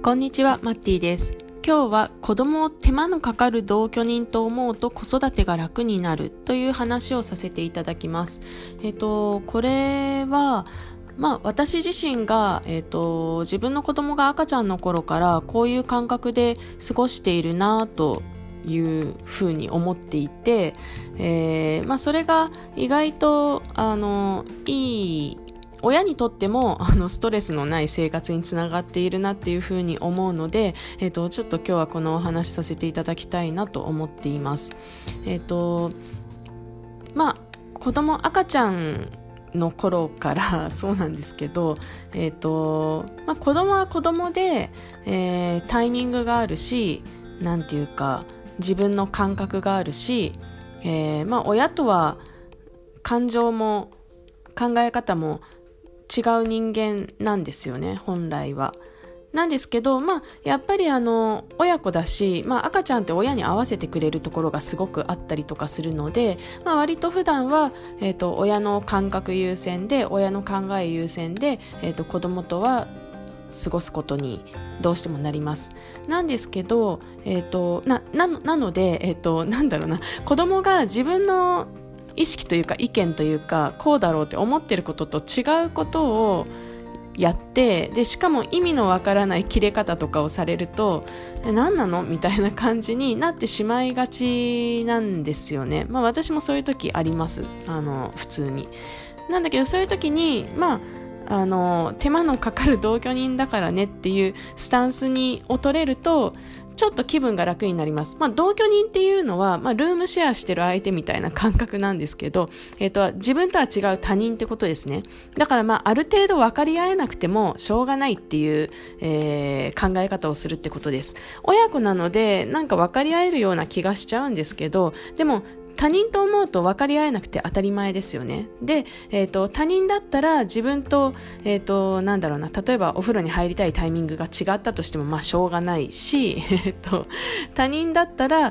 こんにちは、マッティです。今日は子供を手間のかかる同居人と思うと子育てが楽になるという話をさせていただきます。これは私自身が、自分の子供が赤ちゃんの頃からこういう感覚で過ごしているなというふうに思っていて、それが意外といい親にとってもストレスのない生活につながっているなっていうふうに思うので、ちょっと今日はこのお話しさせていただきたいなと思っています。子供赤ちゃんの頃からそうなんですけど、子供は子供で、タイミングがあるし、なんていうか自分の感覚があるし、親とは感情も考え方も違う人間なんですよね、本来は。なんですけど、やっぱり親子だし、赤ちゃんって親に合わせてくれるところがすごくあったりとかするので、割と普段は、親の感覚優先で、親の考え優先で、子供とは過ごすことにどうしてもなります。なんですけど、なので、子供が自分の意識というか意見というかこうだろうって思ってることと違うことをやって、でしかも意味のわからない切れ方とかをされると何なのみたいな感じになってしまいがちなんですよね。私もそういう時あります。普通になんだけど、そういう時に手間のかかる同居人だからねっていうスタンスを取れるとちょっと気分が楽になります。同居人っていうのは、ルームシェアしてる相手みたいな感覚なんですけど、自分とは違う他人ってことですね。だからある程度分かり合えなくてもしょうがないっていう、考え方をするってことです。親子なのでなんか分かり合えるような気がしちゃうんですけど、でも他人と思うと分かり合えなくて当たり前ですよね。で、他人だったら自分と、例えばお風呂に入りたいタイミングが違ったとしてもしょうがないし、他人だったら、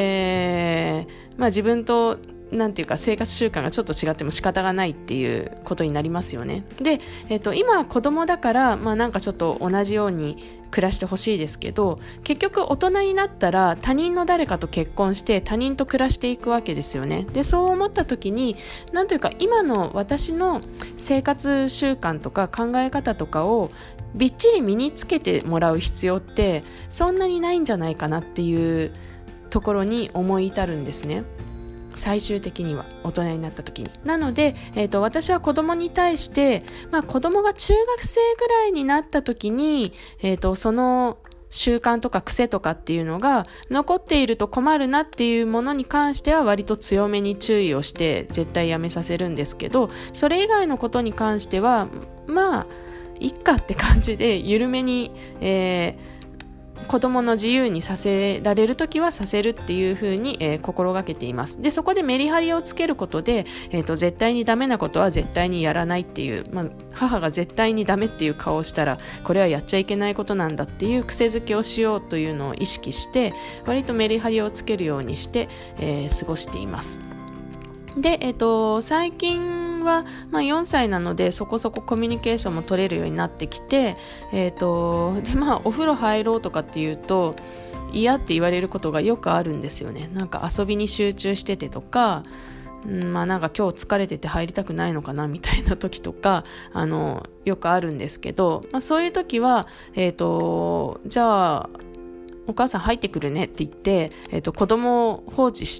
自分と生活習慣がちょっと違っても仕方がないっていうことになりますよね。で、今は子供だからちょっと同じように暮らしてほしいですけど、結局大人になったら他人の誰かと結婚して他人と暮らしていくわけですよね。で、そう思った時に今の私の生活習慣とか考え方とかをびっちり身につけてもらう必要ってそんなにないんじゃないかなっていうところに思い至るんですね。最終的には大人になった時に。なので、私は子供に対して、子供が中学生ぐらいになった時に、その習慣とか癖とかっていうのが残っていると困るなっていうものに関しては割と強めに注意をして絶対やめさせるんですけど、それ以外のことに関してはいっかって感じで緩めに、子供の自由にさせられるときはさせるっていう風に、心がけています。で、そこでメリハリをつけることで、絶対にダメなことは絶対にやらないっていう、母が絶対にダメっていう顔をしたらこれはやっちゃいけないことなんだっていう癖づけをしようというのを意識して割とメリハリをつけるようにして、過ごしています。で、最近は、4歳なのでそこそこコミュニケーションも取れるようになってきて、お風呂入ろうとかっていうと嫌って言われることがよくあるんですよね。遊びに集中しててとか、今日疲れてて入りたくないのかなみたいな時とかよくあるんですけど、そういう時はじゃあお母さん入ってくるねって言って、子供を放置して、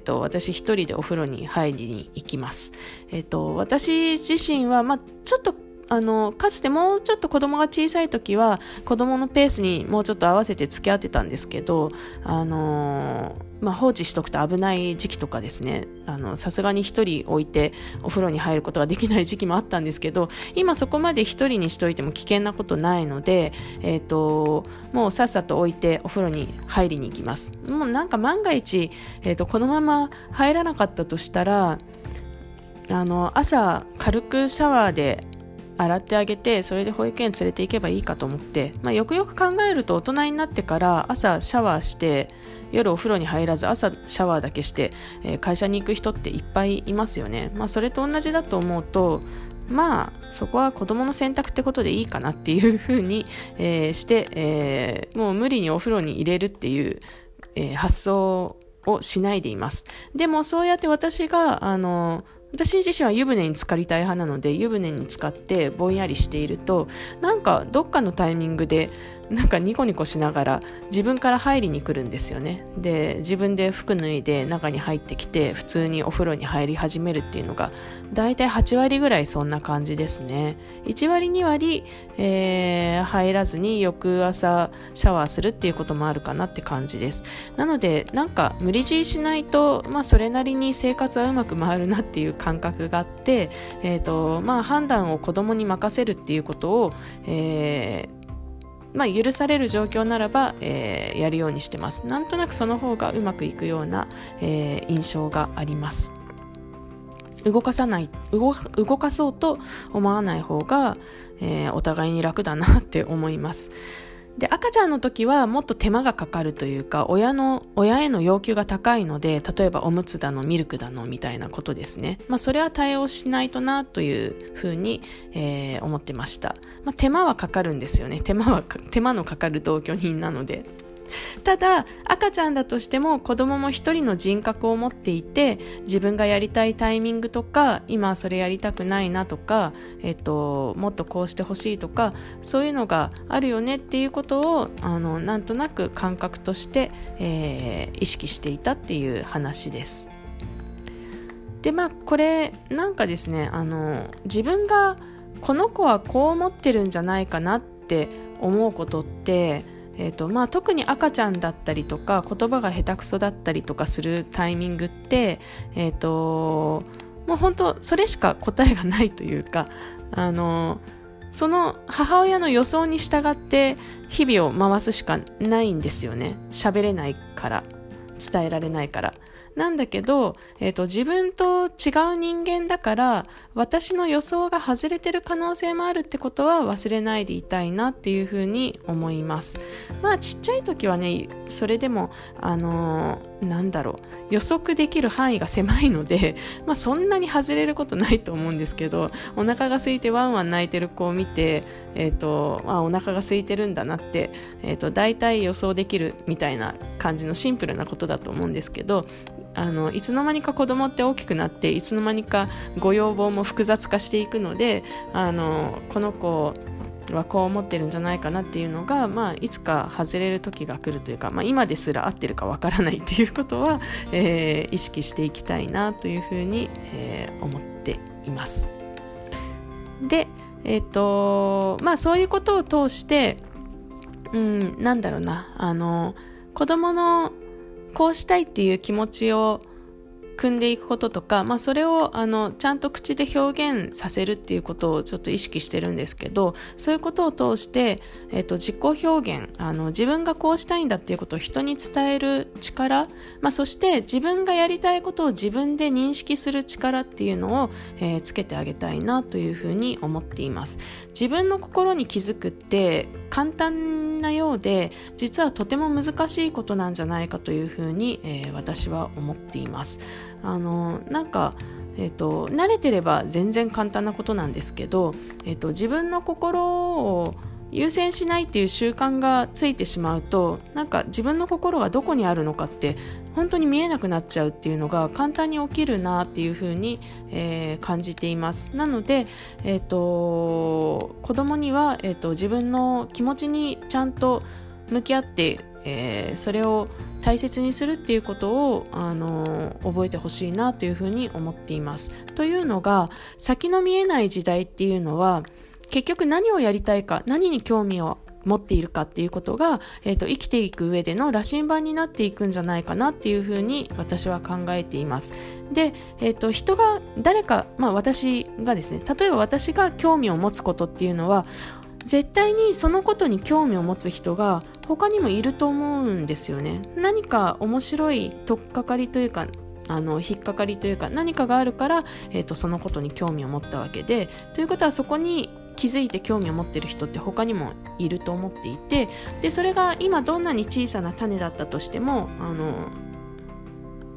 私一人でお風呂に入りに行きます。私自身は、ちょっとかつてもうちょっと子供が小さい時は子供のペースにもうちょっと合わせて付き合ってたんですけど、放置しとくと危ない時期とかですね、さすがに一人置いてお風呂に入ることができない時期もあったんですけど、今そこまで一人にしといても危険なことないので、もうさっさと置いてお風呂に入りに行きます。もう万が一、このまま入らなかったとしたら朝軽くシャワーで洗ってあげて、それで保育園連れて行けばいいかと思って、よくよく考えると大人になってから朝シャワーして夜お風呂に入らず朝シャワーだけして、会社に行く人っていっぱいいますよね。それと同じだと思うとまあそこは子供の選択ってことでいいかなっていうふうに、して、もう無理にお風呂に入れるっていう、発想をしないでいます。でもそうやって私自身は湯船に浸かりたい派なので、湯船に浸かってぼんやりしていると、なんかどっかのタイミングでなんかニコニコしながら自分から入りに来るんですよね。で、自分で服脱いで中に入ってきて普通にお風呂に入り始めるっていうのがだいたい8割ぐらいそんな感じですね。1割2割、入らずに翌朝シャワーするっていうこともあるかなって感じです。なのでなんか無理強いしないと、それなりに生活はうまく回るなっていう感覚があって、判断を子供に任せるっていうことを、許される状況ならば、やるようにしてます。なんとなくその方がうまくいくような、印象があります。動かそうと思わない方が、お互いに楽だなって思います。で、赤ちゃんの時はもっと手間がかかるというか、親への要求が高いので、例えばおむつだのミルクだのみたいなことですね。それは対応しないとなというふうに、思ってました。手間はかかるんですよね。手間のかかる同居人なので。ただ赤ちゃんだとしても子供も一人の人格を持っていて、自分がやりたいタイミングとか、今それやりたくないなとか、もっとこうしてほしいとか、そういうのがあるよねっていうことをなんとなく感覚として、意識していたっていう話です。で、これなんかですね、自分がこの子はこう思ってるんじゃないかなって思うことって特に赤ちゃんだったりとか、言葉が下手くそだったりとかするタイミングって、もう本当それしか答えがないというか、その母親の予想に従って日々を回すしかないんですよね。喋れないから、伝えられないから。なんだけど、自分と違う人間だから私の予想が外れてる可能性もあるってことは忘れないでいたいなっていうふうに思います。ちっちゃい時はね、それでも予測できる範囲が狭いので、そんなに外れることないと思うんですけど、お腹が空いてワンワン泣いてる子を見て、お腹が空いてるんだなって、だいたい予想できるみたいな感じのシンプルなことだと思うんですけど、いつの間にか子供って大きくなって、いつの間にかご要望も複雑化していくので、この子はこう思ってるんじゃないかなっていうのが、いつか外れる時が来るというか、今ですら合ってるかわからないっていうことは、意識していきたいなというふうに、思っています。で、そういうことを通して、子供のこうしたいっていう気持ちを組んでいくこととか、それをちゃんと口で表現させるっていうことをちょっと意識してるんですけど、そういうことを通して、自己表現、自分がこうしたいんだっていうことを人に伝える力、そして自分がやりたいことを自分で認識する力っていうのを、つけてあげたいなというふうに思っています。自分の心に気づくって簡単なようで、実はとても難しいことなんじゃないかというふうに、私は思っています。慣れてれば全然簡単なことなんですけど、自分の心を優先しないっていう習慣がついてしまうと、自分の心がどこにあるのかって本当に見えなくなっちゃうっていうのが簡単に起きるなっていうふうに、感じています。なので、子供には、自分の気持ちにちゃんと向き合って、それを大切にするっていうことを覚えてほしいなというふうに思っています。というのが、先の見えない時代っていうのは結局何をやりたいか、何に興味を持っているかっていうことが、生きていく上での羅針盤になっていくんじゃないかなっていうふうに私は考えています。で、人が誰か、私がですね、例えば私が興味を持つことっていうのは絶対にそのことに興味を持つ人が他にもいると思うんですよね。何か面白い取っかかりというか引っかかりというか何かがあるから、そのことに興味を持ったわけで、ということはそこに気づいて興味を持っている人って他にもいると思っていて、でそれが今どんなに小さな種だったとしても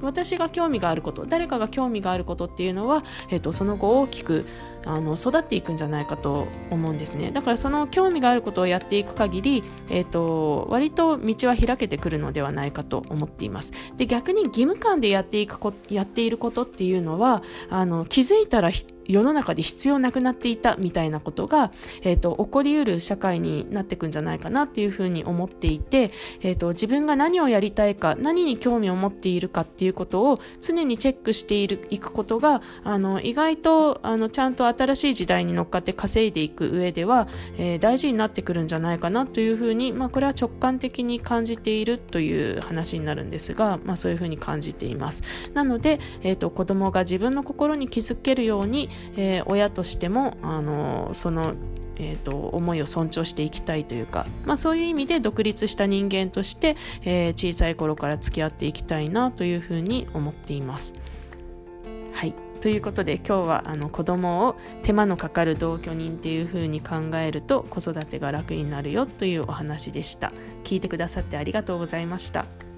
私が興味があること、誰かが興味があることっていうのは、その後大きく育っていくんじゃないかと思うんですね。だからその興味があることをやっていく限り、割と道は開けてくるのではないかと思っています。で、逆に義務感でやっていることっていうのは、気づいたら世の中で必要なくなっていたみたいなことが、起こりうる社会になっていくんじゃないかなっていうふうに思っていて、自分が何をやりたいか、何に興味を持っているかっていうことを常にチェックしていくことが、意外とちゃんと新しい時代に乗っかって稼いでいく上では、大事になってくるんじゃないかなというふうに、これは直感的に感じているという話になるんですが、そういうふうに感じています。なので、子供が自分の心に気づけるように、親としてもその思いを尊重していきたいというか、そういう意味で独立した人間として、小さい頃から付き合っていきたいなというふうに思っています。はい、ということで今日は子供を手間のかかる同居人っていうふうに考えると子育てが楽になるよというお話でした。聞いてくださってありがとうございました。